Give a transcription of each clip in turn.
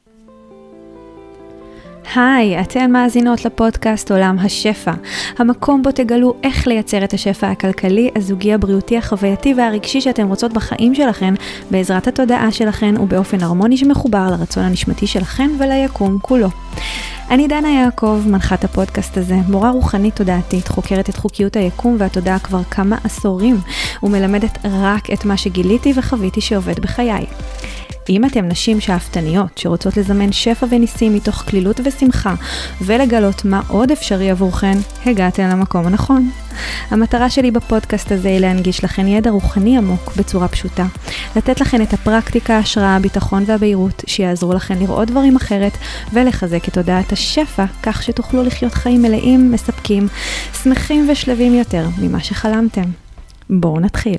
היי, אתן מאזינות לפודקאסט עולם השפע, המקום בו תגלו איך לייצר את השפע הכלכלי, הזוגי, הבריאותי, החווייתי והרגשי שאתן רוצות בחיים שלכן, בעזרת התודעה שלכן ובאופן הרמוני שמחובר לרצון הנשמתי שלכן וליקום כולו. אני דנה יעקב, מנחת הפודקאסט הזה, מורה רוחנית תודעתית, חוקרת את חוקיות היקום והתודעה כבר כמה עשורים, ומלמדת רק את מה שגיליתי וחוויתי שעובד בחיי. אם אתם נשים שאפתניות שרוצות לזמן שפע וניסים מתוך כלילות ושמחה ולגלות מה עוד אפשרי עבורכן, הגעתן למקום הנכון. המטרה שלי בפודקאסט הזה היא להנגיש לכן ידע רוחני עמוק בצורה פשוטה, לתת לכן את הפרקטיקה, ההשראה, הביטחון והבהירות שיעזרו לכן לראות דברים אחרת ולחזק את תודעת השפע כך שתוכלו לחיות חיים מלאים, מספקים, שמחים ושלבים יותר ממה שחלמתם. בואו נתחיל.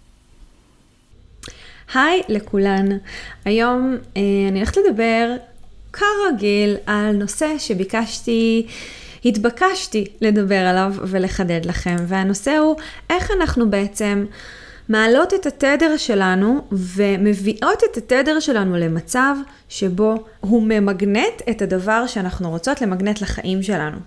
היי לכולן, היום אני הולכת לדבר כרגיל על נושא התבקשתי לדבר עליו ולחדד לכם, והנושא הוא איך אנחנו בעצם מעלות את התדר שלנו ומביאות את התדר שלנו למצב שבו הוא ממגנט את הדבר שאנחנו רוצות למגנט לחיים שלנו.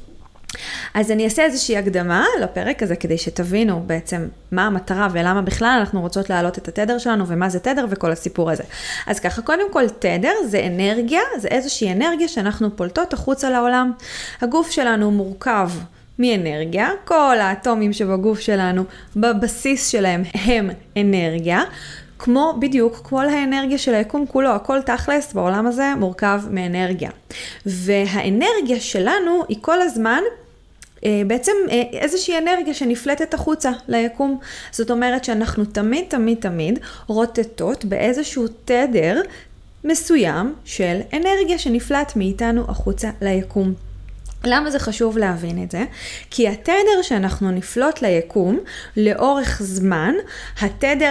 אז אני אעשה איזושהי הקדמה לפרק הזה כדי שתבינו בעצם מה המטרה ולמה בכלל אנחנו רוצות להעלות את התדר שלנו ומה זה תדר וכל הסיפור הזה. אז ככה, קודם כל תדר זה אנרגיה, זה איזושהי אנרגיה שאנחנו פולטות החוצה לעולם. הגוף שלנו מורכב מאנרגיה, כל האטומים שבגוף שלנו בבסיס שלהם הם אנרגיה, בדיוק כל האנרגיה של היקום כולו, הכל תכלס בעולם הזה מורכב מאנרגיה. והאנרגיה שלנו היא כל הזמן בעצם איזושהי אנרגיה שנפלטת החוצה ליקום. זאת אומרת שאנחנו תמיד רוטטות באיזשהו תדר מסוים של אנרגיה שנפלט מאיתנו החוצה ליקום. למה זה חשוב להבין את זה? כי התדר שאנחנו נפלוט ליקום לאורך זמן, התדר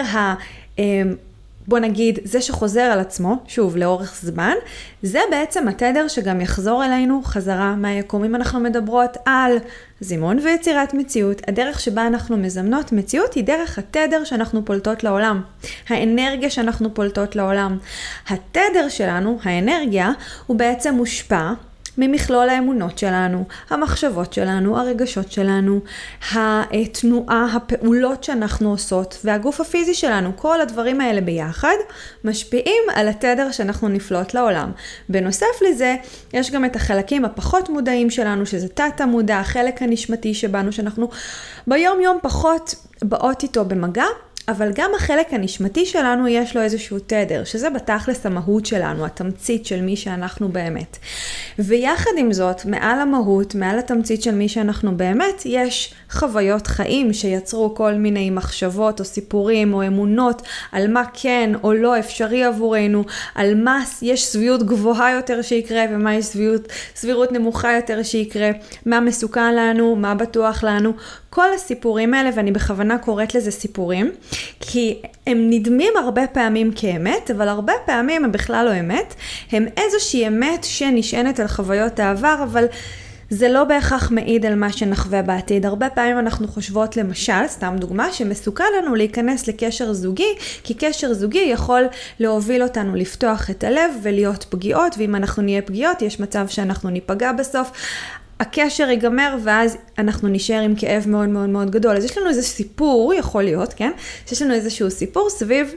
בוא נגיד, זה שחוזר על עצמו, שוב, לאורך זמן, זה בעצם התדר שגם יחזור אלינו חזרה מהיקום. אם אנחנו מדברות על זימון ויצירת מציאות, הדרך שבה אנחנו מזמנות מציאות היא דרך התדר שאנחנו פולטות לעולם. האנרגיה שאנחנו פולטות לעולם. התדר שלנו, האנרגיה, הוא בעצם מושפע ממכלול האמונות שלנו, המחשבות שלנו, הרגשות שלנו, התנועה, הפעולות שאנחנו עושות, והגוף הפיזי שלנו, כל הדברים האלה ביחד, משפיעים על התדר שאנחנו נפלוט לעולם. בנוסף לזה, יש גם את החלקים הפחות מודעים שלנו, שזה תת המודע, החלק הנשמתי שבנו, שאנחנו ביום יום פחות באות איתו במגע, אבל גם החלק הנשמתי שלנו יש לו איזשהו תדר, שזה בתכלס המהות שלנו, התמצית של מי שאנחנו באמת. ויחד עם זאת, מעל המהות, מעל התמצית של מי שאנחנו באמת, יש חוויות חיים שיצרו כל מיני מחשבות או סיפורים או אמונות על מה כן או לא אפשרי עבורנו, על מה יש סבירות גבוהה יותר שיקרה ומה יש סבירות נמוכה יותר שיקרה, מה מסוכן לנו, מה בטוח לנו. כל הסיפורים האלה, ואני בכוונה קוראת לזה סיפורים, כי הם נדמים הרבה פעמים כאמת, אבל הרבה פעמים הם בכלל לא אמת. הם איזושהי אמת שנשענת על חוויות העבר, אבל זה לא בהכרח מעיד על מה שנחווה בעתיד. הרבה פעמים אנחנו חושבות למשל, סתם דוגמה, שמסוכן לנו להיכנס לקשר זוגי, כי קשר זוגי יכול להוביל אותנו לפתוח את הלב ולהיות פגיעות, ואם אנחנו נהיה פגיעות, יש מצב שאנחנו ניפגע בסוף. הקשר ייגמר ואז אנחנו נשאר עם כאב מאוד מאוד מאוד גדול. אז יש לנו איזה סיפור, יכול להיות, כן? שיש לנו איזשהו סיפור סביב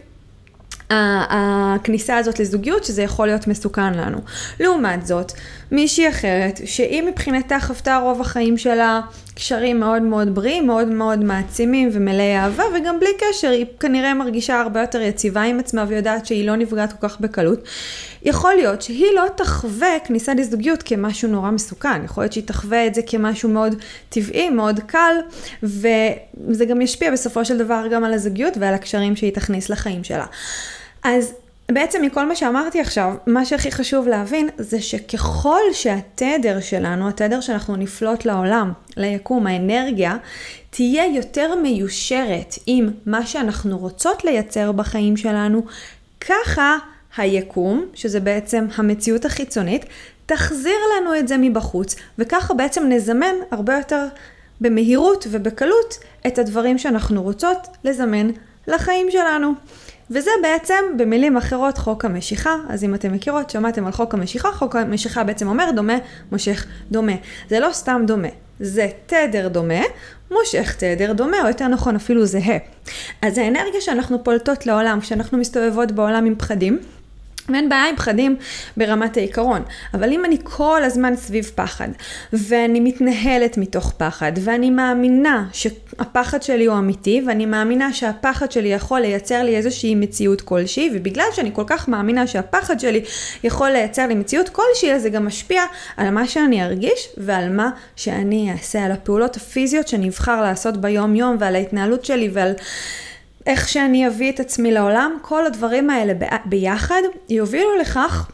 הכניסה הזאת לזוגיות, שזה יכול להיות מסוכן לנו. לעומת זאת, מישהי אחרת, שהיא מבחינתה חוותה רוב החיים שלה קשרים מאוד מאוד בריאים, מאוד מאוד מעצימים ומלאי אהבה, וגם בלי קשר, היא כנראה מרגישה הרבה יותר יציבה עם עצמה, ויודעת שהיא לא נפגעת כל כך בקלות. יכול להיות שהיא לא תחווה כניסה לזוגיות כמשהו נורא מסוכן, יכול להיות שהיא תחווה את זה כמשהו מאוד טבעי, מאוד קל, וזה גם ישפיע בסופו של דבר גם על הזוגיות ועל הקשרים שהיא תכניס לחיים שלה. אז בעצם מכל מה שאמרתי עכשיו, מה שהכי חשוב להבין זה שככל שהתדר שלנו, התדר שאנחנו נפלוט לעולם, ליקום, האנרגיה, תהיה יותר מיושרת עם מה שאנחנו רוצות לייצר בחיים שלנו, ככה היקום, שזה בעצם המציאות החיצונית, תחזיר לנו את זה מבחוץ, וככה בעצם נזמן הרבה יותר במהירות ובקלות את הדברים שאנחנו רוצות לזמן לחיים שלנו. וזה בעצם במילים אחרות חוק המשיכה. אז אם אתם מכירות, שמעתם על חוק המשיכה, חוק המשיכה בעצם אומר דומה, מושך דומה. זה לא סתם דומה, זה תדר דומה, מושך תדר דומה, או יותר נכון אפילו זהה. אז האנרגיה שאנחנו פולטות לעולם, כשאנחנו מסתובבות בעולם עם פחדים, ואין בעיה עם פחדים ברמת העיקרון, אבל אם אני כל הזמן סביב פחד, ואני מתנהלת מתוך פחד, ואני מאמינה שהפחד שלי הוא אמיתי, ואני מאמינה שהפחד שלי יכול לייצר לי איזושהי מציאות כלשהי, ובגלל שאני כל כך מאמינה שהפחד שלי יכול לייצר לי מציאות כלשהי, זה גם משפיע על מה שאני ארגיש, ועל מה שאני אעשה, על הפעולות הפיזיות שאני אבחר לעשות ביום יום, ועל ההתנהלות שלי, ועל איך שאני אביא את עצמי לעולם. כל הדברים האלה ביחד יובילו לכך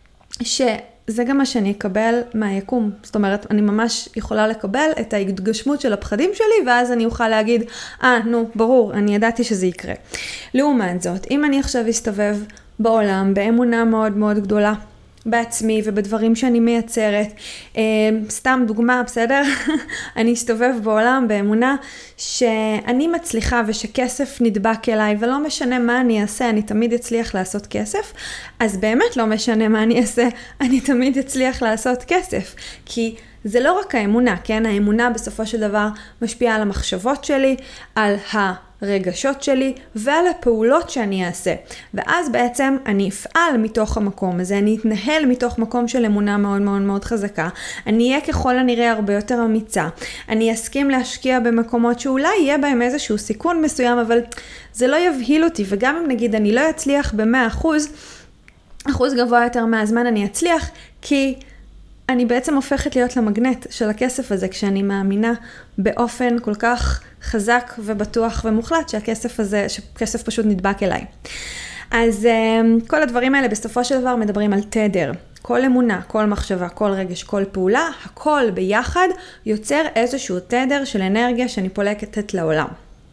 שזה גם מה שאני אקבל מהיקום. זאת אומרת, אני ממש יכולה לקבל את ההתגשמות של הפחדים שלי, ואז אני אוכל להגיד, נו, ברור, אני ידעתי שזה יקרה. לעומת זאת, אם אני עכשיו אסתובב בעולם באמונה מאוד מאוד גדולה, בעצמי ובדברים שאני מייצרת, סתם דוגמה, בסדר? אני אסתובב בעולם באמונה שאני מצליחה ושכסף נדבק אליי, ולא משנה מה אני אעשה, אני תמיד אצליח לעשות כסף. אז באמת לא משנה מה אני אעשה, אני תמיד אצליח לעשות כסף. כי זה לא רק האמונה, כן? האמונה בסופו של דבר משפיעה על המחשבות שלי, על הרגשות שלי ועל הפעולות שאני אעשה. ואז בעצם אני אפעל מתוך המקום הזה, אני אתנהל מתוך מקום של אמונה מאוד מאוד מאוד חזקה. אני אהיה ככל הנראה הרבה יותר אמיצה. אני אסכים להשקיע במקומות שאולי יהיה בהם איזשהו סיכון מסוים, אבל זה לא יבהיל אותי. וגם אם נגיד אני לא אצליח ב100%, אחוז גבוה יותר מהזמן אני אצליח, כי אני בעצם הופכת להיות למגנט של הכסף הזה, כשאני מאמינה באופן כל כך חזק ובטוח ומוחלט שכסף פשוט נדבק אליי. אז כל הדברים האלה בסופו של דבר מדברים על תדר. כל אמונה, כל מחשבה, כל רגש, כל פעולה, הכל ביחד יוצר איזשהו תדר של אנרגיה שאני פולקת לעולם.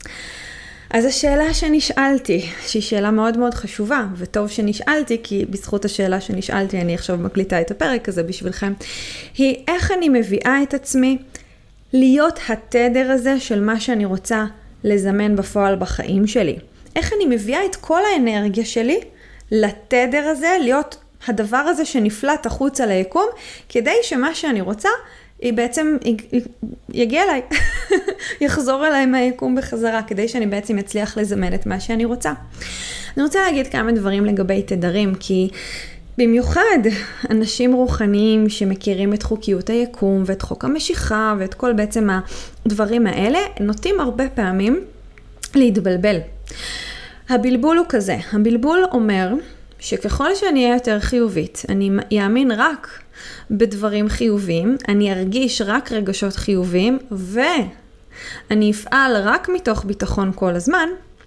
אז השאלה שנשאלתי, שהיא שאלה מאוד מאוד חשובה, וטוב שנשאלתי, כי בזכות השאלה שנשאלתי אני עכשיו מקליטה את הפרק הזה בשבילכם, היא איך אני מביאה את עצמי להיות התדר הזה של מה שאני רוצה לזמן בפועל בחיים שלי. איך אני מביאה את כל האנרגיה שלי לתדר הזה, להיות הדבר הזה שנפלט החוצה ליקום, כדי שמה שאני רוצה היא בעצם יגיע אליי, יחזור אליי מהיקום בחזרה, כדי שאני בעצם אצליח לזמן את מה שאני רוצה. אני רוצה להגיד כמה דברים לגבי תדרים, כי במיוחד אנשים רוחניים שמכירים את חוקיות היקום ואת חוק המשיכה ואת כל בעצם הדברים האלה, נוטים הרבה פעמים להתבלבל. הבלבול הוא כזה, הבלבול אומר שככל שאני אהיה יותר חיובית, אני יאמין רק בדברים חיוביים, אני ארגיש רק רגשות חיוביים, ואני אפעל רק מתוך ביטחון כל הזמן,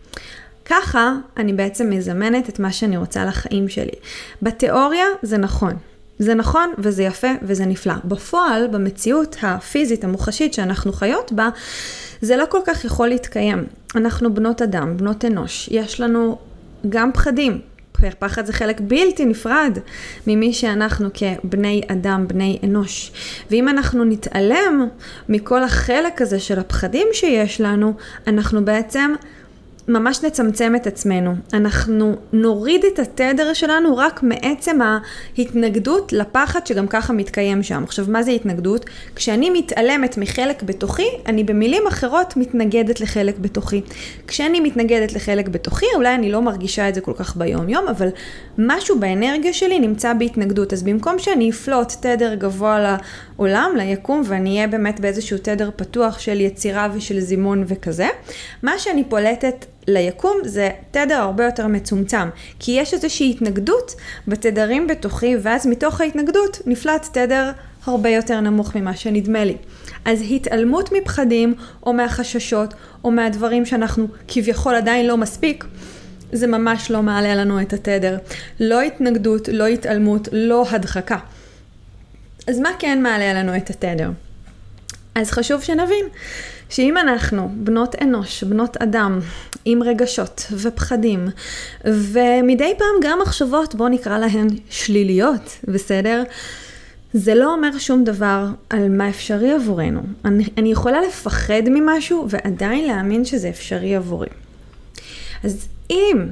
ככה אני בעצם מזמנת את מה שאני רוצה לחיים שלי. בתיאוריה זה נכון. זה נכון וזה יפה וזה נפלא. בפועל, במציאות הפיזית המוחשית שאנחנו חיות בה, זה לא כל כך יכול להתקיים. אנחנו בנות אדם, בנות אנוש. יש לנו גם פחדים. פחד זה חלק בלתי נפרד ממי שאנחנו כבני אדם, בני אנוש. ואם אנחנו נתעלם מכל החלק הזה של הפחדים שיש לנו, אנחנו בעצם ממש נצמצם את עצמנו. אנחנו נוריד את התדר שלנו רק מעצם ההתנגדות לפחד שגם ככה מתקיים שם. עכשיו, מה זה התנגדות? כשאני מתעלמת מחלק בתוכי, אני במילים אחרות מתנגדת לחלק בתוכי. כשאני מתנגדת לחלק בתוכי, אולי אני לא מרגישה את זה כל כך ביום יום, אבל משהו באנרגיה שלי נמצא בהתנגדות. אז במקום שאני אפלוט תדר גבוה לעולם, ליקום, ואני אהיה באמת באיזשהו תדר פתוח של יצירה ושל זימון וכזה, מה שאני פולטת ליקום זה תדר הרבה יותר מצומצם, כי יש איזושהי התנגדות בתדרים בתוכי, ואז מתוך ההתנגדות נפלט תדר הרבה יותר נמוך ממה שנדמה לי. אז התעלמות מפחדים או מהחששות או מהדברים שאנחנו כביכול עדיין לא מספיק, זה ממש לא מעלה לנו את התדר. לא התנגדות, לא התעלמות, לא הדחקה. אז מה כן מעלה לנו את התדר? אז חשוב שנבין שאם אנחנו בנות אנוש, בנות אדם, עם רגשות ופחדים, ומדי פעם גם מחשבות, בוא נקרא להן שליליות, בסדר? זה לא אומר שום דבר על מה אפשרי עבורנו. אני יכולה לפחד ממשהו ועדיין להאמין שזה אפשרי עבורי. אז אם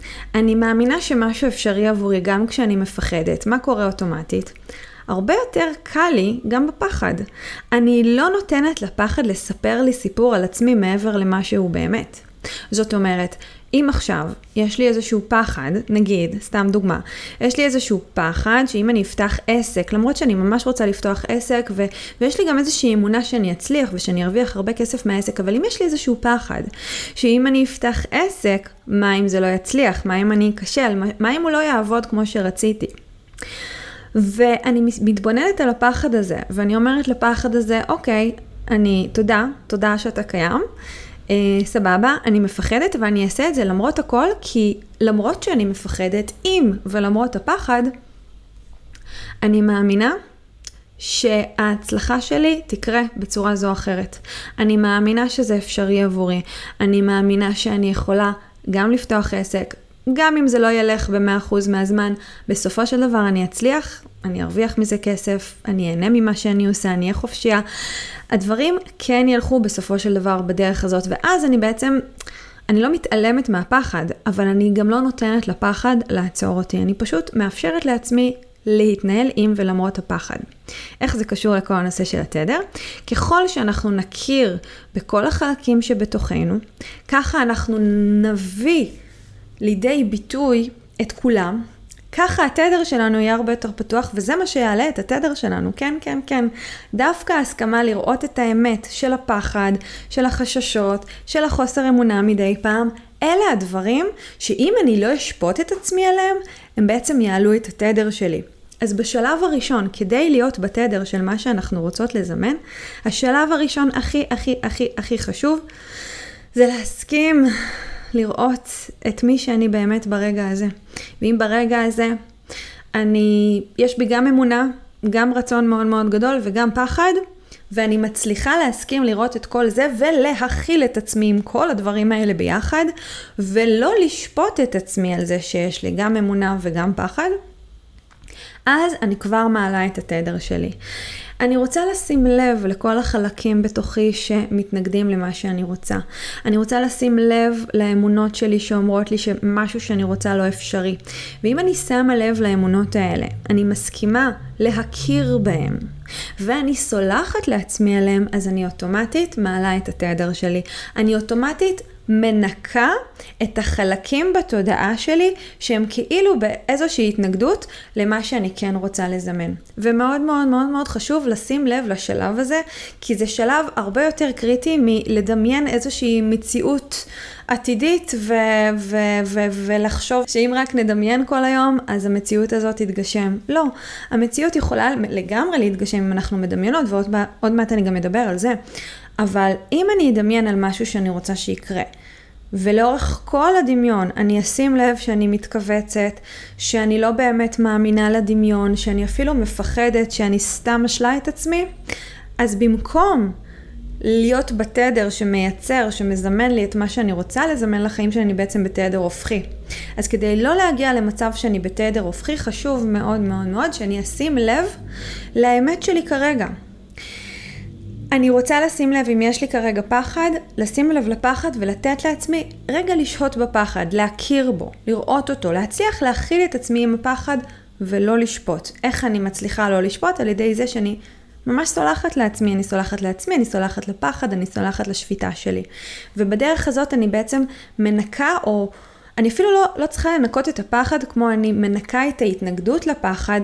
אני מאמינה שמשהו אפשרי עבורי גם כשאני מפחדת. מה קורה אוטומטית? הרבה יותר קל לי גם בפחד. אני לא נותנת לפחד לספר לי סיפור על עצמי מעבר למה שהוא באמת. זאת אומרת, אם עכשיו יש לי איזשהו פחד, נגיד, סתם דוגמה, יש לי איזשהו פחד שאם אני אפתח עסק, למרות שאני ממש רוצה לפתוח עסק, ויש לי גם איזושהי אמונה שאני אצליח ושאני ארוויח הרבה כסף מהעסק, אבל אם יש לי איזשהו פחד, שאם אני אפתח עסק, מה אם זה לא יצליח? מה אם אני אכשל? מה אם הוא לא יעבוד כמו שרציתי? ואני מתבוננת על הפחד הזה, ואני אומרת לפחד הזה, אוקיי, תודה שאתה קיים, סבבה, אני מפחדת ואני אעשה את זה למרות הכל, כי למרות שאני מפחדת, ולמרות הפחד, אני מאמינה שההצלחה שלי תקרה בצורה זו או אחרת. אני מאמינה שזה אפשרי עבורי. אני מאמינה שאני יכולה גם לפתוח עסק, גם אם זה לא ילך ב100% מהזמן, בסופו של דבר אני אצליח, אני ארוויח מזה כסף, אני אהנה ממה שאני עושה, אני אהיה חופשייה. הדברים כן ילכו בסופו של דבר בדרך הזאת, ואז אני לא מתעלמת מהפחד, אבל אני גם לא נותנת לפחד לעצור אותי. אני פשוט מאפשרת לעצמי להתנהל עם ולמרות הפחד. איך זה קשור לכל הנושא של התדר? ככל שאנחנו נכיר בכל החלקים שבתוכנו, ככה אנחנו נביא לידי ביטוי את כולם, ככה התדר שלנו יהיה הרבה יותר פתוח, וזה מה שיעלה את התדר שלנו. כן, כן, כן. דווקא ההסכמה לראות את האמת של הפחד, של החששות, של החוסר אמונה מדי פעם, אלה הדברים שאם אני לא אשפוט את עצמי עליהם, הם בעצם יעלו את התדר שלי. אז בשלב הראשון, כדי להיות בתדר של מה שאנחנו רוצות לזמן, השלב הראשון הכי חשוב, זה להסכים לראות את מי שאני באמת ברגע הזה. ואם ברגע הזה יש בי גם אמונה, גם רצון מאוד מאוד גדול וגם פחד, ואני מצליחה להסכים לראות את כל זה ולהכיל את עצמי עם כל הדברים האלה ביחד, ולא לשפוט את עצמי על זה שיש לי גם אמונה וגם פחד, אז אני כבר מעלה את התדר שלי. אני רוצה לשים לב לכל החלקים בתוכי שמתנגדים למה שאני רוצה. אני רוצה לשים לב לאמונות שלי שאומרות לי שמשהו שאני רוצה לא אפשרי. ואם אני שמה לב לאמונות האלה, אני מסכימה להכיר בהם, ואני סולחת לעצמי עליהם, אז אני אוטומטית מעלה את התדר שלי. אני אוטומטית מנקה את החלקים בתודעה שלי שהם כאילו באיזושהי התנגדות למה שאני כן רוצה לזמן. ומאוד מאוד מאוד מאוד חשוב לשים לב לשלב הזה, כי זה שלב הרבה יותר קריטי מלדמיין איזושהי מציאות עתידית ולחשוב שאם רק נדמיין כל היום, אז המציאות הזאת תתגשם. לא, המציאות יכולה לגמרי להתגשם אם אנחנו מדמיינות, ועוד מעט אני גם אדבר על זה. אבל אם אני אדמיין על משהו שאני רוצה שיקרה, ולאורך כל הדמיון אני אשים לב שאני מתכווצת, שאני לא באמת מאמינה לדמיון, שאני אפילו מפחדת, שאני סתם משלה את עצמי, אז במקום להיות בתדר שמייצר, שמזמן לי את מה שאני רוצה לזמן לחיים, שאני בעצם בתדר הופכי. אז כדי לא להגיע למצב שאני בתדר הופכי, חשוב מאוד מאוד מאוד שאני אשים לב לאמת שלי כרגע. אני רוצה לשים לב אם יש לי כרגע פחד, לשים לב לפחד ולתת לעצמי רגע לשהות בפחד, להכיר בו, לראות אותו, להצליח להכיל את עצמי עם הפחד ולא לשפוט. איך אני מצליחה לא לשפוט? על ידי זה שאני ממש סולחת לעצמי, אני סולחת לעצמי, אני סולחת לפחד, אני סולחת לשפיטה שלי. ובדרך הזאת אני בעצם מנקה, או אני אפילו לא צריכה לנקות את הפחד, כמו אני מנקה את ההתנגדות לפחד,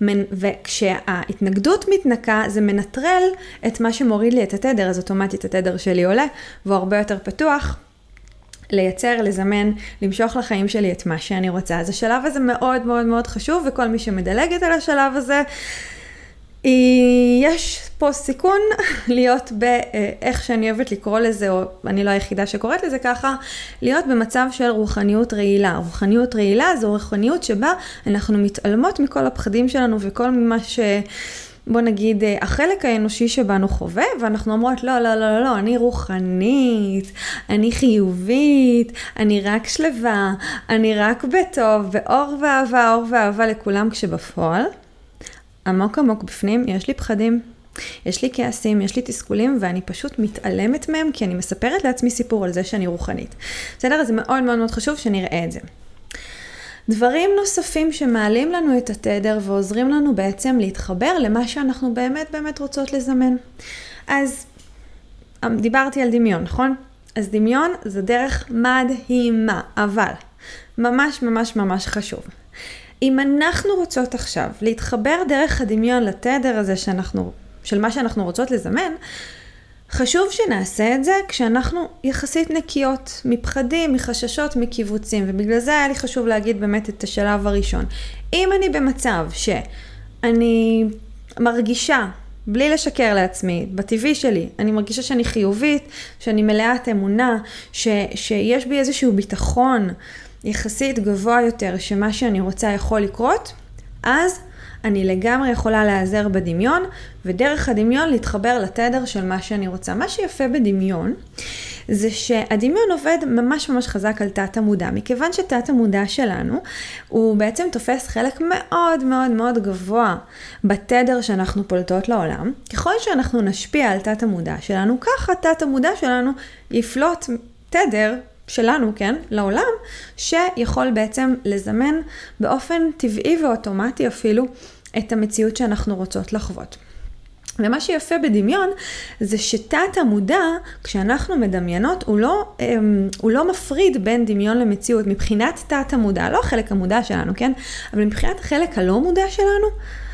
וכשההתנגדות מתנקה, זה מנטרל את מה שמוריד לי את התדר, אז אוטומטית התדר שלי עולה, והוא הרבה יותר פתוח, לייצר, לזמן, למשוך לחיים שלי את מה שאני רוצה. אז השלב הזה מאוד מאוד מאוד חשוב, וכל מי שמדלגת על השלב הזה, יש פה סיכון להיות באיך שאני אוהבת לקרוא לזה, או אני לא היחידה שקוראת לזה ככה, להיות במצב של רוחניות רעילה. רוחניות רעילה זו רוחניות שבה אנחנו מתעלמות מכל הפחדים שלנו וכל מה בוא נגיד, החלק האנושי שבנו חווה, ואנחנו אומרות, לא, אני רוחנית, אני חיובית, אני רק שלווה, אני רק בטוב, ואור ואהבה לכולם, כשבפועל, עמוק בפנים, יש לי פחדים, יש לי כעסים, יש לי תסכולים, ואני פשוט מתעלמת מהם, כי אני מספרת לעצמי סיפור על זה שאני רוחנית. בסדר? זה מאוד מאוד מאוד חשוב שנראה את זה. דברים נוספים שמעלים לנו את התדר ועוזרים לנו בעצם להתחבר למה שאנחנו באמת באמת רוצות לזמן. אז דיברתי על דמיון, נכון? אז דמיון זה דרך מדהימה, אבל ממש ממש ממש חשוב. אם אנחנו רוצות עכשיו להתחבר דרך הדמיון לתדר הזה של מה שאנחנו רוצות לזמן, חשוב שנעשה את זה כשאנחנו יחסית נקיות, מפחדים, מחששות, מקיבוצים, ובגלל זה היה לי חשוב להגיד באמת את השלב הראשון. אם אני במצב שאני מרגישה, בלי לשקר לעצמי, בטבעי שלי, אני מרגישה שאני חיובית, שאני מלאת אמונה, שיש בי איזשהו ביטחון יחסית גבוה יותר, שמה שאני רוצה יכול לקרות, אז אני לגמרי יכולה להיעזר בדמיון, ודרך הדמיון להתחבר לתדר של מה שאני רוצה. מה שיפה בדמיון, זה שהדמיון עובד ממש ממש חזק על תת המודע, מכיוון שתת המודע שלנו, הוא בעצם תופס חלק מאוד מאוד מאוד גבוה בתדר שאנחנו פולטות לעולם. ככל שאנחנו נשפיע על תת המודע שלנו, ככה תת המודע שלנו יפלוט תדר שלנו, כן, לעולם, שיכול בעצם לזמן באופן טבעי ואוטומטי אפילו את המציאות שאנחנו רוצות לחוות. ומה שיפה בדמיון זה שתת המודע, כשאנחנו מדמיינות, הוא לא מפריד בין דמיון למציאות מבחינת תת המודע, לא החלק המודע שלנו, כן? אבל מבחינת החלק הלא מודע שלנו,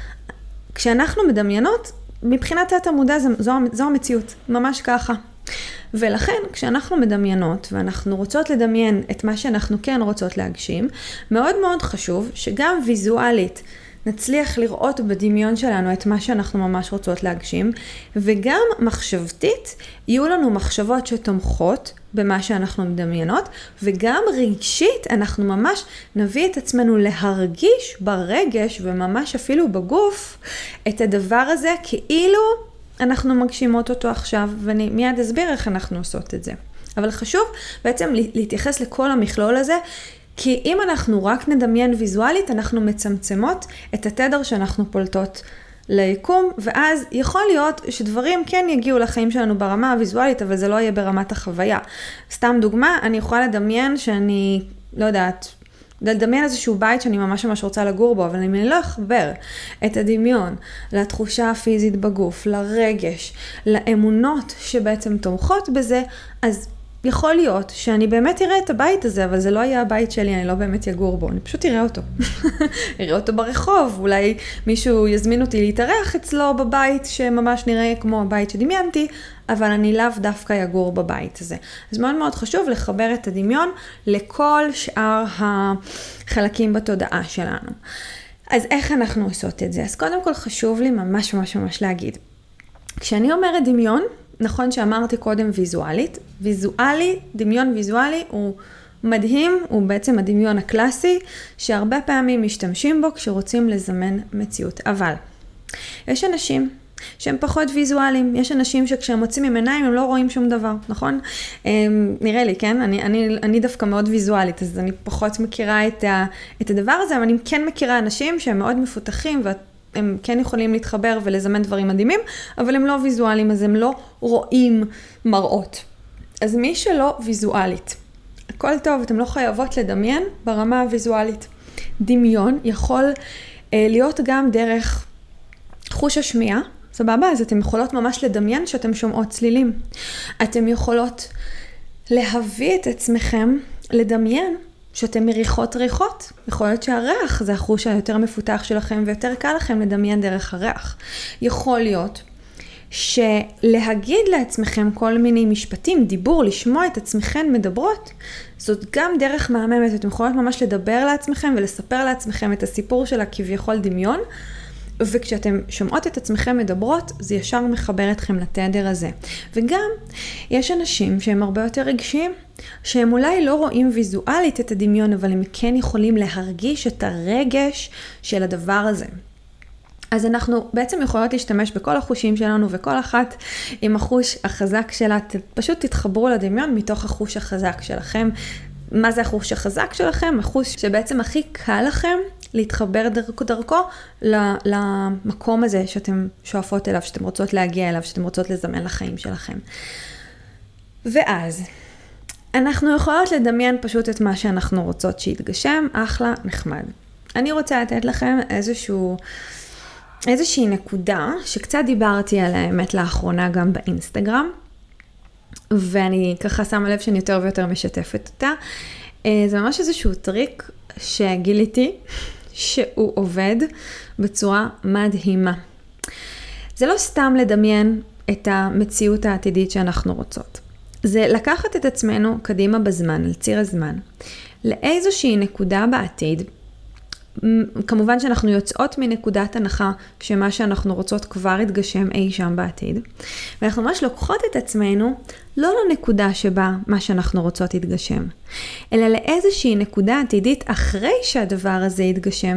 כשאנחנו מדמיינות, מבחינת תת המודע זו המציאות, ממש ככה. ולכן כשאנחנו מדמיינות ואנחנו רוצות לדמיין את מה שאנחנו כן רוצות להגשים, מאוד מאוד חשוב שגם ויזואלית נצליח לראות בדמיון שלנו את מה שאנחנו ממש רוצות להגשים, וגם מחשבתית יהיו לנו מחשבות שתומכות במה שאנחנו מדמיינות, וגם רגשית אנחנו ממש נביא את עצמנו להרגיש ברגש וממש אפילו בגוף את הדבר הזה כאילו אנחנו מגשימות אותו עכשיו, ואני מיד אסביר איך אנחנו עושות את זה. אבל חשוב בעצם להתייחס לכל המכלול הזה, כי אם אנחנו רק נדמיין ויזואלית, אנחנו מצמצמות את התדר שאנחנו פולטות ליקום, ואז יכול להיות שדברים כן יגיעו לחיים שלנו ברמה הוויזואלית, אבל זה לא יהיה ברמת החוויה. סתם דוגמה, אני יכולה לדמיין שאני, לא יודעת, לדמיין איזשהו בית שאני ממש ממש רוצה לגור בו, אבל אם אני לא אחבר את הדמיון לתחושה הפיזית בגוף, לרגש, לאמונות שבעצם תומכות בזה, אז יכול להיות שאני באמת אראה את הבית הזה, אבל זה לא יהיה הבית שלי, אני לא באמת אגור בו, אני פשוט אראה אותו. אראה אותו ברחוב, אולי מישהו יזמין אותי להתארח אצלו בבית שממש נראה כמו הבית שדמיינתי, אבל אני לאו דווקא אגור בבית הזה. אז מאוד מאוד חשוב לחבר את הדמיון לכל שאר החלקים בתודעה שלנו. אז איך אנחנו עושות את זה? אז קודם כל חשוב לי ממש ממש ממש להגיד. כשאני אומרת דמיון, נכון שאמרתי קודם ויזואלית, דמיון ויזואלי הוא מדהים, הוא בעצם הדמיון הקלאסי, שהרבה פעמים משתמשים בו כשרוצים לזמן מציאות. אבל יש אנשים שהם פחות ויזואליים, יש אנשים שכשהם מוצאים עם עיניים הם לא רואים שום דבר, נכון? נראה לי, כן? אני דווקא מאוד ויזואלית, אז אני פחות מכירה את הדבר הזה, אבל אני כן מכירה אנשים שהם מאוד מפותחים, הם כן יכולים להתחבר ולזמן דברים מדהימים, אבל הם לא ויזואליים, אז הם לא רואים מראות. אז מי שלא ויזואלית, הכל טוב, אתם לא חייבות לדמיין ברמה הוויזואלית. דמיון יכול להיות גם דרך חוש השמיעה, סבבה? אז אתם יכולות ממש לדמיין שאתם שומעות צלילים. אתם יכולות להביא את עצמכם לדמיין שאתם מריחות ריחות. יכול להיות שהריח זה החוש היותר מפותח שלכם ויותר קל לכם לדמיין דרך הריח. יכול להיות שלהגיד לעצמכם כל מיני משפטים, דיבור, לשמוע את עצמכם מדברות, זאת גם דרך מהממת. אתם יכולות ממש לדבר לעצמכם ולספר לעצמכם את הסיפור של הכביכול דמיון, וכשאתם שומעות את עצמכם מדברות, זה ישר מחבר אתכם לתדר הזה. וגם יש אנשים שהם הרבה יותר רגשיים, שהם אולי לא רואים ויזואלית את הדמיון, אבל הם כן יכולים להרגיש את הרגש של הדבר הזה. אז אנחנו בעצם יכולות להשתמש בכל החושים שלנו, וכל אחת עם החוש החזק שלה, פשוט תתחברו לדמיון מתוך החוש החזק שלכם. מה זה החוש החזק שלכם? החוש שבעצם הכי קל לכם להתחבר דרכו למקום הזה שאתם שואפות אליו, שאתם רוצות להגיע אליו, שאתם רוצות לזמן לחיים שלכם. ואז, אנחנו יכולות לדמיין פשוט את מה שאנחנו רוצות שיתגשם, אחלה, נחמד. אני רוצה לתת לכם איזושהי נקודה שקצת דיברתי על האמת לאחרונה גם באינסטגרם, ואני ככה שמה לב שאני יותר ויותר משתפת אותה. זה ממש איזשהו טריק שגיליתי שהוא עובד בצורה מדהימה. זה לא סתם לדמיין את המציאות העתידית שאנחנו רוצות. זה לקחת את עצמנו קדימה בזמן, על ציר הזמן, לאיזושהי נקודה בעתיד. כמובן שאנחנו יוצאות מנקודת הנחה שמה שאנחנו רוצות כבר יתגשם אי שם בעתיד. ואנחנו ממש לוקחות את עצמנו לא לנקודה שבה מה שאנחנו רוצות יתגשם, אלא לאיזושהי נקודה עתידית אחרי שהדבר הזה יתגשם,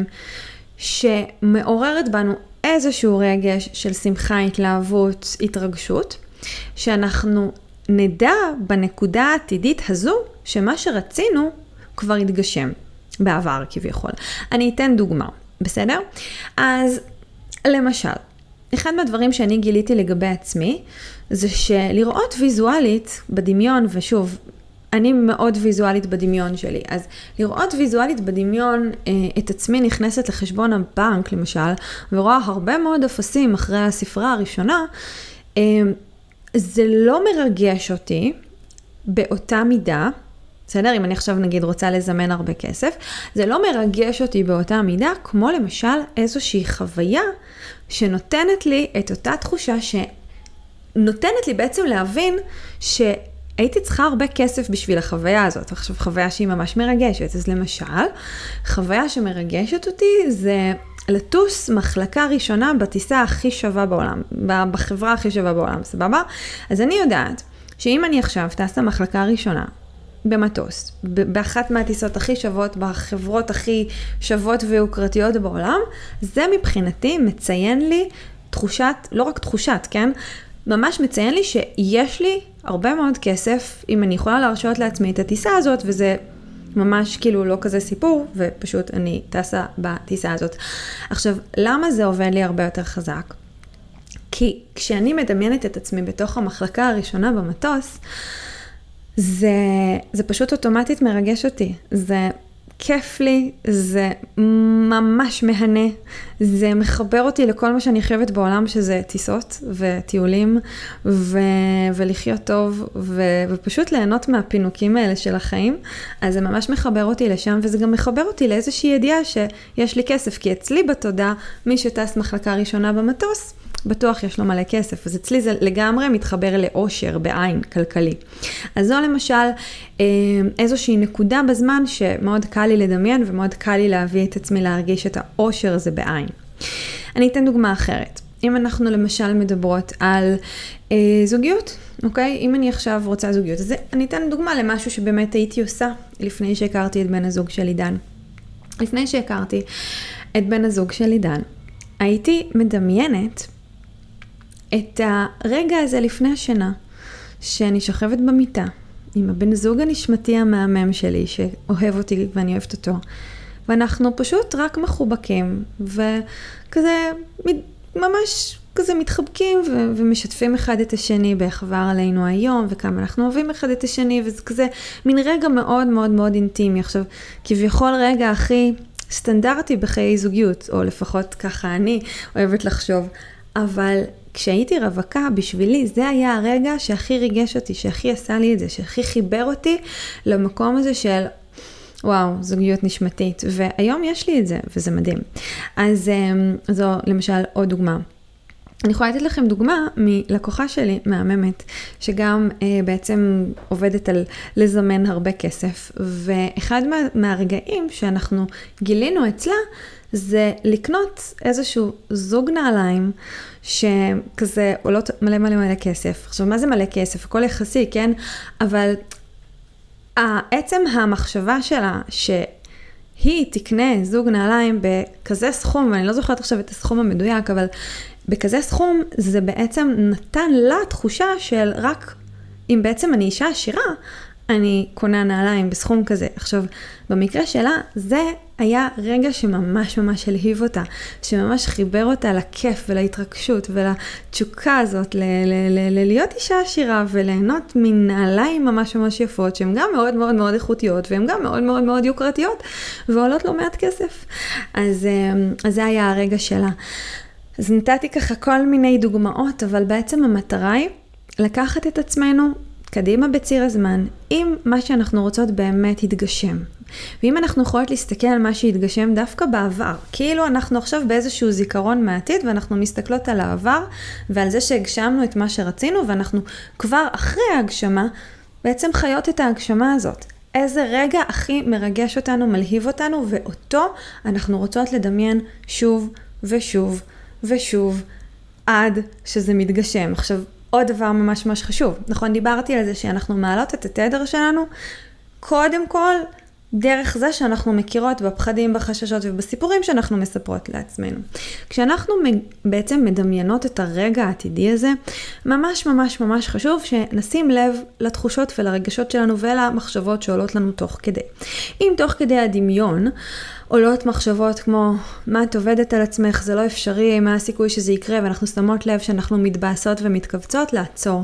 שמעוררת בנו איזשהו רגש של שמחה, התלהבות, התרגשות, שאנחנו נדע בנקודה העתידית הזו שמה שרצינו כבר יתגשם בעבר כביכול. אני אתן דוגמה, בסדר? אז למשל, אחד מהדברים שאני גיליתי לגבי עצמי, זה שלראות ויזואלית בדמיון, ושוב, אני מאוד ויזואלית בדמיון שלי, אז לראות ויזואלית בדמיון את עצמי נכנסת לחשבון הבנק, למשל, ורואה הרבה מאוד אפסים אחרי הספרה הראשונה, זה לא מרגש אותי באותה מידה, בסדר? אם אני עכשיו נגיד רוצה לזמן הרבה כסף, זה לא מרגש אותי באותה מידה, כמו למשל איזושהי חוויה שנותנת לי את אותה תחושה שנותנת לי בעצם להבין שהייתי צריכה הרבה כסף בשביל החוויה הזאת. עכשיו חוויה שהיא ממש מרגשת. אז למשל, חוויה שמרגשת אותי זה לטוס מחלקה ראשונה בטיסה הכי שווה בעולם, בחברה הכי שווה בעולם, סבבה? אז אני יודעת שאם אני עכשיו טסה מחלקה ראשונה, במטוס, באחת מהטיסות הכי שוות, בחברות הכי שוות ויוקרתיות בעולם, זה מבחינתי מציין לי תחושת, לא רק תחושת, כן? ממש מציין לי שיש לי הרבה מאוד כסף, אם אני יכולה להרשות לעצמי את הטיסה הזאת, וזה ממש כאילו לא כזה סיפור, ופשוט אני טסה בטיסה הזאת. עכשיו, למה זה עובד לי הרבה יותר חזק? כי כשאני מדמיינת את עצמי בתוך המחלקה הראשונה במטוס, זה פשוט אוטומטית מרגש אותי. זה כיף לי, זה ממש מהנה, זה מחבר אותי לכל מה שאני חייבת בעולם, שזה טיסות וטיולים ולחיות טוב ופשוט ליהנות מהפינוקים האלה של החיים. אז זה ממש מחבר אותי לשם, וזה גם מחבר אותי לאיזושהי ידיעה שיש לי כסף, כי אצלי בתודעה מי שטס מחלקה ראשונה במטוס, בטוח יש לו מלא כסף, אז אצלי זה לגמרי מתחבר לאושר בעין כלכלי. אז זו למשל איזושהי נקודה בזמן שמאוד קל לי לדמיין ומאוד קל לי להביא את עצמי להרגיש את האושר הזה בעין. אני אתן דוגמה אחרת. אם אנחנו למשל מדברות על זוגיות, אוקיי? אם אני עכשיו רוצה זוגיות, אז אני אתן דוגמה למשהו שבאמת הייתי עושה לפני שהכרתי את בן הזוג של עידן. לפני שהכרתי את בן הזוג של עידן, הייתי מדמיינת את הרגע הזה לפני השינה, שאני שוכבת במיטה, עם הבן זוג הנשמתי המהמם שלי, שאוהב אותי ואני אוהבת אותו, ואנחנו פשוט רק מחובקים, וכזה ממש כזה מתחבקים ומשתפים אחד את השני באיך עבר עלינו היום, וכמה אנחנו אוהבים אחד את השני, וזה כזה מין רגע מאוד מאוד מאוד אינטימי. עכשיו, כביכול רגע הכי סטנדרטי בחיי זוגיות, או לפחות ככה אני אוהבת לחשוב, אבל כשהייתי רווקה, בשבילי זה היה הרגע שהכי ריגש אותי, שהכי עשה לי את זה, שהכי חיבר אותי למקום הזה של וואו, זוגיות נשמתית. והיום יש לי את זה, וזה מדהים. אז זו למשל עוד דוגמה. אני יכולה לתת לכם דוגמה מלקוחה שלי, מהממת, שגם בעצם עובדת על לזמן הרבה כסף. ואחד מהרגעים שאנחנו גילינו אצלה, זה לקנות איזשהו זוג נעליים, שכזה עולות מלא מלא מלא כסף. עכשיו, מה זה מלא כסף? הכל יחסי, כן? אבל עצם המחשבה שלה, שהיא תקנה זוג נעליים בכזה סכום, ואני לא זוכרת עכשיו את הסכום המדויק, אבל בכזה סכום זה בעצם נתן לה תחושה של רק אם בעצם אני אישה עשירה, אני קונה נעליים בסכום כזה. עכשיו, במקרה שלה, זה היה רגע שממש ממש הלהיב אותה, שממש חיבר אותה לכיף ולהתרגשות ולתשוקה הזאת, להיות אישה עשירה וליהנות מנעליים ממש ממש יפות, שהן גם מאוד מאוד מאוד איכותיות, והן גם מאוד מאוד מאוד יוקרתיות, ועולות לא מעט כסף. אז זה היה הרגע שלה. אז נתתי ככה כל מיני דוגמאות, אבל בעצם המטרה היא לקחת את עצמנו קדימה בציר הזמן, אם מה שאנחנו רוצות באמת יתגשם. ואם אנחנו יכולות להסתכל על מה שהתגשם דווקא בעבר, כאילו אנחנו עכשיו באיזשהו זיכרון מהעתיד, ואנחנו מסתכלות על העבר, ועל זה שהגשמנו את מה שרצינו, ואנחנו כבר אחרי ההגשמה, בעצם חיות את ההגשמה הזאת. איזה רגע הכי מרגש אותנו, מלהיב אותנו, ואותו אנחנו רוצות לדמיין שוב ושוב ושוב, עד שזה מתגשם. עכשיו, עוד דבר ממש ממש חשוב. נכון, דיברתי על זה שאנחנו מעלות את התדר שלנו, קודם כל, דרך זה שאנחנו מכירות בפחדים, בחששות ובסיפורים שאנחנו מספרות לעצמנו. כשאנחנו בעצם מדמיינות את הרגע העתידי הזה, ממש ממש ממש חשוב שנשים לב לתחושות ולרגשות שלנו ולמחשבות שעולות לנו תוך כדי. אם תוך כדי הדמיון עולות מחשבות כמו, מה את עובדת על עצמך, זה לא אפשרי, מה הסיכוי שזה יקרה, ואנחנו שמות לב שאנחנו מתבאסות ומתכווצות, לעצור.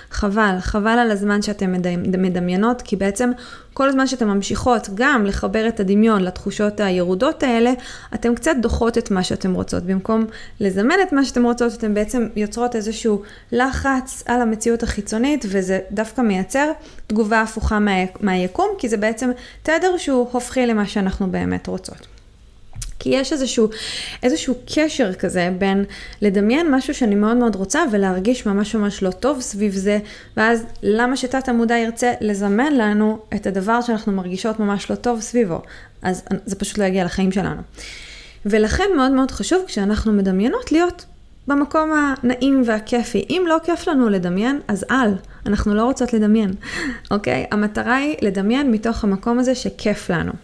חבל על הזמן שאתם מדמיינות, כי בעצם כל הזמן שאתם ממשיכות גם לחבר את הדמיון לתחושות הירודות האלה, אתם קצת דוחות את מה שאתם רוצות. במקום לזמן את מה שאתם רוצות, אתם בעצם יוצרות איזשהו לחץ על המציאות החיצונית, וזה דווקא מייצר תגובה הפוכה מהיקום, כי זה בעצם תדר שהוא הופכי למה שאנחנו באמת רוצות. כי יש איזשהו קשר כזה בין לדמיין משהו שאני מאוד מאוד רוצה ולהרגיש ממש ממש לא טוב סביב זה, ואז למה שתת המודע ירצה לזמן לנו את הדבר שאנחנו מרגישות ממש לא טוב סביבו. אז זה פשוט לא יגיע לחיים שלנו. ולכן מאוד מאוד חשוב כשאנחנו מדמיינות להיות במקום הנעים והכיפי. אם לא כיף לנו לדמיין, אז אנחנו לא רוצות לדמיין. אוקיי? המטרה היא לדמיין מתוך המקום הזה שכיף לנו.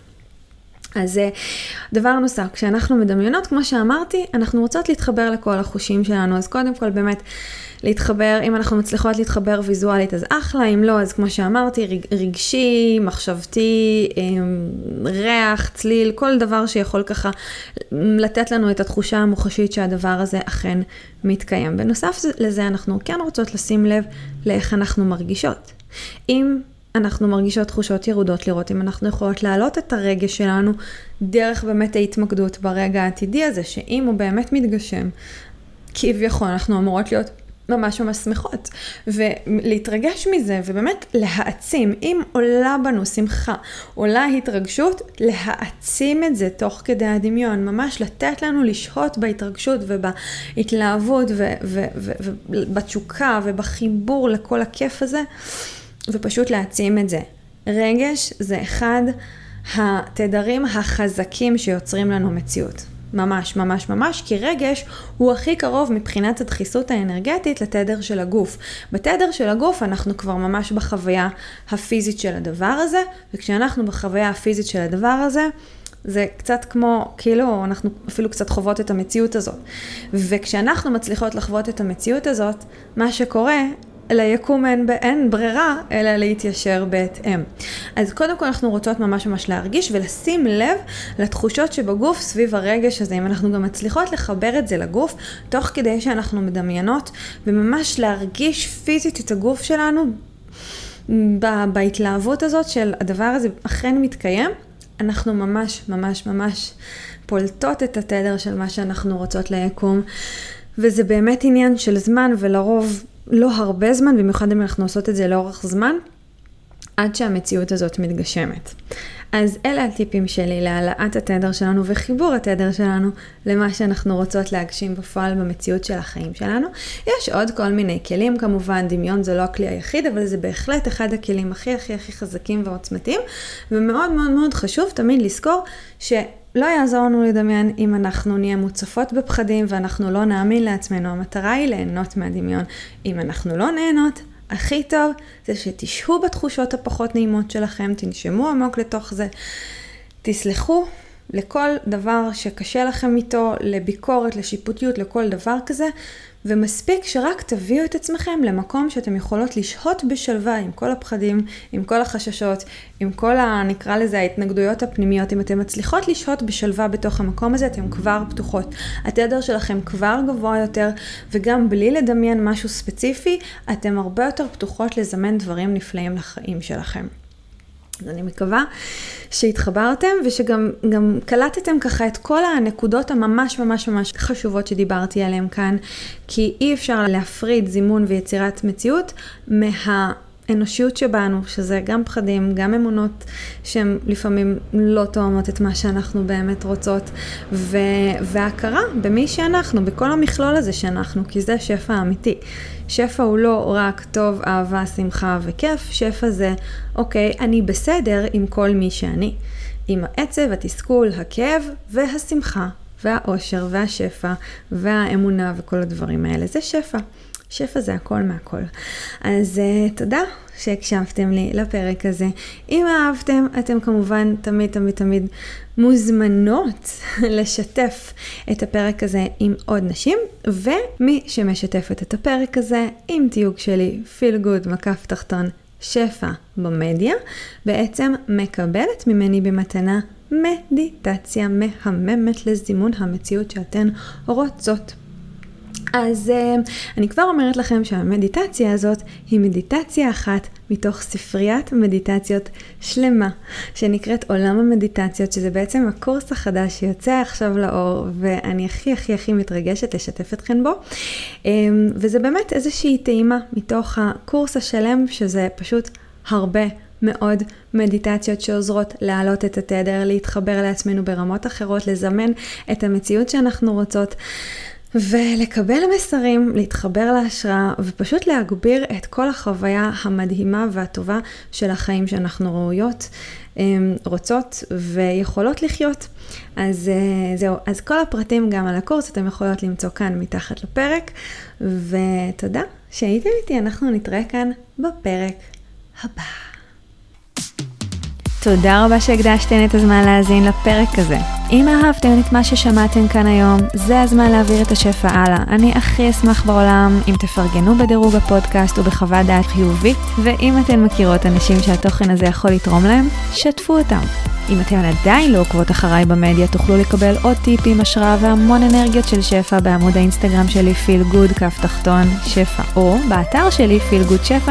אז דבר נוסף, כשאנחנו מדמיינות, כמו שאמרתי, אנחנו רוצות להתחבר לכל החושים שלנו, אז קודם כל באמת להתחבר, אם אנחנו מצליחות להתחבר ויזואלית, אז אחלה, אם לא, אז כמו שאמרתי, רגשי, מחשבתי, ריח, צליל, כל דבר שיכול ככה לתת לנו את התחושה המוחשית שהדבר הזה אכן מתקיים. בנוסף לזה, אנחנו כן רוצות לשים לב לאיך אנחנו מרגישות. אם אנחנו מרגישות תחושות ירודות, לראות אם אנחנו יכולות להעלות את הרגש שלנו דרך באמת ההתמקדות ברגע העתידי הזה, שאם הוא באמת מתגשם, כביכול אנחנו אמורות להיות ממש ממש שמחות, ולהתרגש מזה, ובאמת להעצים, אם עולה בנו שמחה, עולה התרגשות, להעצים את זה תוך כדי הדמיון, ממש לתת לנו לשהות בהתרגשות ובהתלהבות ובתשוקה ובחיבור לכל הכיף הזה, ופשוט להעצים את זה. רגש זה אחד התדרים החזקים שיוצרים לנו מציאות. ממש, ממש, ממש, כי רגש הוא הכי קרוב מבחינת הדחיסות האנרגטית לתדר של הגוף. בתדר של הגוף אנחנו כבר ממש בחוויה הפיזית של הדבר הזה, וכשאנחנו בחוויה הפיזית של הדבר הזה, זה קצת כמו, כאילו, אנחנו אפילו קצת חוות את המציאות הזאת. וכשאנחנו מצליחות לחוות את המציאות הזאת, מה שקורה, ליקום אין ברירה, אלא להתיישר בהתאם. אז קודם כל אנחנו רוצות ממש ממש להרגיש ולשים לב לתחושות שבגוף סביב הרגש הזה, אם אנחנו גם מצליחות לחבר את זה לגוף, תוך כדי שאנחנו מדמיינות, וממש להרגיש פיזית את הגוף שלנו, בהתלהבות הזאת של הדבר הזה אכן מתקיים, אנחנו ממש ממש ממש פולטות את התדר של מה שאנחנו רוצות ליקום, וזה באמת עניין של זמן, ולרוב לא הרבה זמן, במיוחד אם אנחנו עושות את זה לאורך זמן, עד שהמציאות הזאת מתגשמת. אז אלה הטיפים שלי להעלאת התדר שלנו וחיבור התדר שלנו למה שאנחנו רוצות להגשים בפועל במציאות של החיים שלנו. יש עוד כל מיני כלים, כמובן דמיון זה לא הכלי היחיד, אבל זה בהחלט אחד הכלים הכי הכי הכי חזקים ועוצמתיים, ומאוד מאוד מאוד חשוב תמיד לזכור לא יעזור לנו לדמיין אם אנחנו נהיה מוצפות בפחדים ואנחנו לא נאמין לעצמנו. המטרה היא ליהנות מהדמיון. אם אנחנו לא נהנות, הכי טוב זה שתשהו בתחושות הפחות נעימות שלכם, תנשמו עמוק לתוך זה, תסלחו לכל דבר שקשה לכם איתו, לביקורת, לשיפוטיות, לכל דבר כזה, ומספיק שרק תביאו את עצמכם למקום שאתם יכולות לשהות בשלווה עם כל הפחדים, עם כל החששות, עם כל נקרא לזה ההתנגדויות הפנימיות. אם אתם מצליחות לשהות בשלווה בתוך המקום הזה, אתם כבר פתוחות. התדר שלכם כבר גבוה יותר, וגם בלי לדמיין משהו ספציפי, אתם הרבה יותר פתוחות לזמן דברים נפלאים לחיים שלכם. אז אני מקווה שהתחברתם ושגם קלטתם ככה את כל הנקודות הממש ממש ממש חשובות שדיברתי עליהן כאן, כי אי אפשר להפריד זימון ויצירת מציאות מהאנושיות שבנו, שזה גם פחדים, גם אמונות שהן לפעמים לא תואמות את מה שאנחנו באמת רוצות, וההכרה במי שאנחנו, בכל המכלול הזה שאנחנו, כי זה שפע אמיתי. שפע הוא לא רק טוב, אהבה, שמחה וכיף, שפע זה, אוקיי, אני בסדר עם כל מי שאני. עם העצב, התסכול, הכאב והשמחה והאושר והשפע והאמונה וכל הדברים האלה. זה שפע. שפע זה הכל מהכל. אז תודה שהקשבתם לי לפרק הזה. אם אהבתם, אתם כמובן תמיד מוזמנות לשתף את הפרק הזה עם עוד נשים, ומי שמשתפת את הפרק הזה עם תיוג שלי feel good שפע במדיה, בעצם מקבלת ממני במתנה מדיטציה מהממת לזימון המציאות שאתן רוצות. אז אני כבר אומרת לכם שהמדיטציה הזאת היא מדיטציה אחת מתוך ספריית מדיטציות שלמה, שנקראת עולם המדיטציות, שזה בעצם הקורס החדש שיוצא עכשיו לאור, ואני הכי מתרגשת לשתף אתכן בו. וזה באמת איזושהי טעימה מתוך הקורס השלם, שזה פשוט הרבה מאוד מדיטציות שעוזרות להעלות את התדר, להתחבר לעצמנו ברמות אחרות, לזמן את המציאות שאנחנו רוצות, ולקבל מסרים, להתחבר להשראה, ופשוט להגביר את כל החוויה המדהימה והטובה של החיים שאנחנו ראויות, רוצות ויכולות לחיות. אז זהו, אז כל הפרטים גם על הקורס אתם יכולות למצוא כאן מתחת לפרק, ותודה שהייתם איתי, אנחנו נתראה כאן בפרק הבא. תודה רבה שהקדשתן את הזמן להאזין לפרק הזה. אם אהבתם את מה ששמעתם כאן היום, זה הזמן להעביר את השפע הלאה. אני הכי אשמח בעולם אם תפרגנו בדירוג הפודקאסט ובחוות דעת חיובית, ואם אתן מכירות אנשים שהתוכן הזה יכול לתרום להם, שתפו אותם. אם אתן עדיין לא עוקבות אחריי במדיה, תוכלו לקבל עוד טיפים, השראה והמון אנרגיות של שפע בעמוד האינסטגרם שלי feel good שפע, או באתר שלי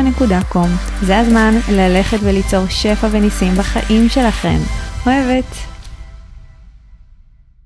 feelgoodsheffa.com. זה הזמן ללכת וליצור שפע וניסים בחיים שלכם. אוהבת.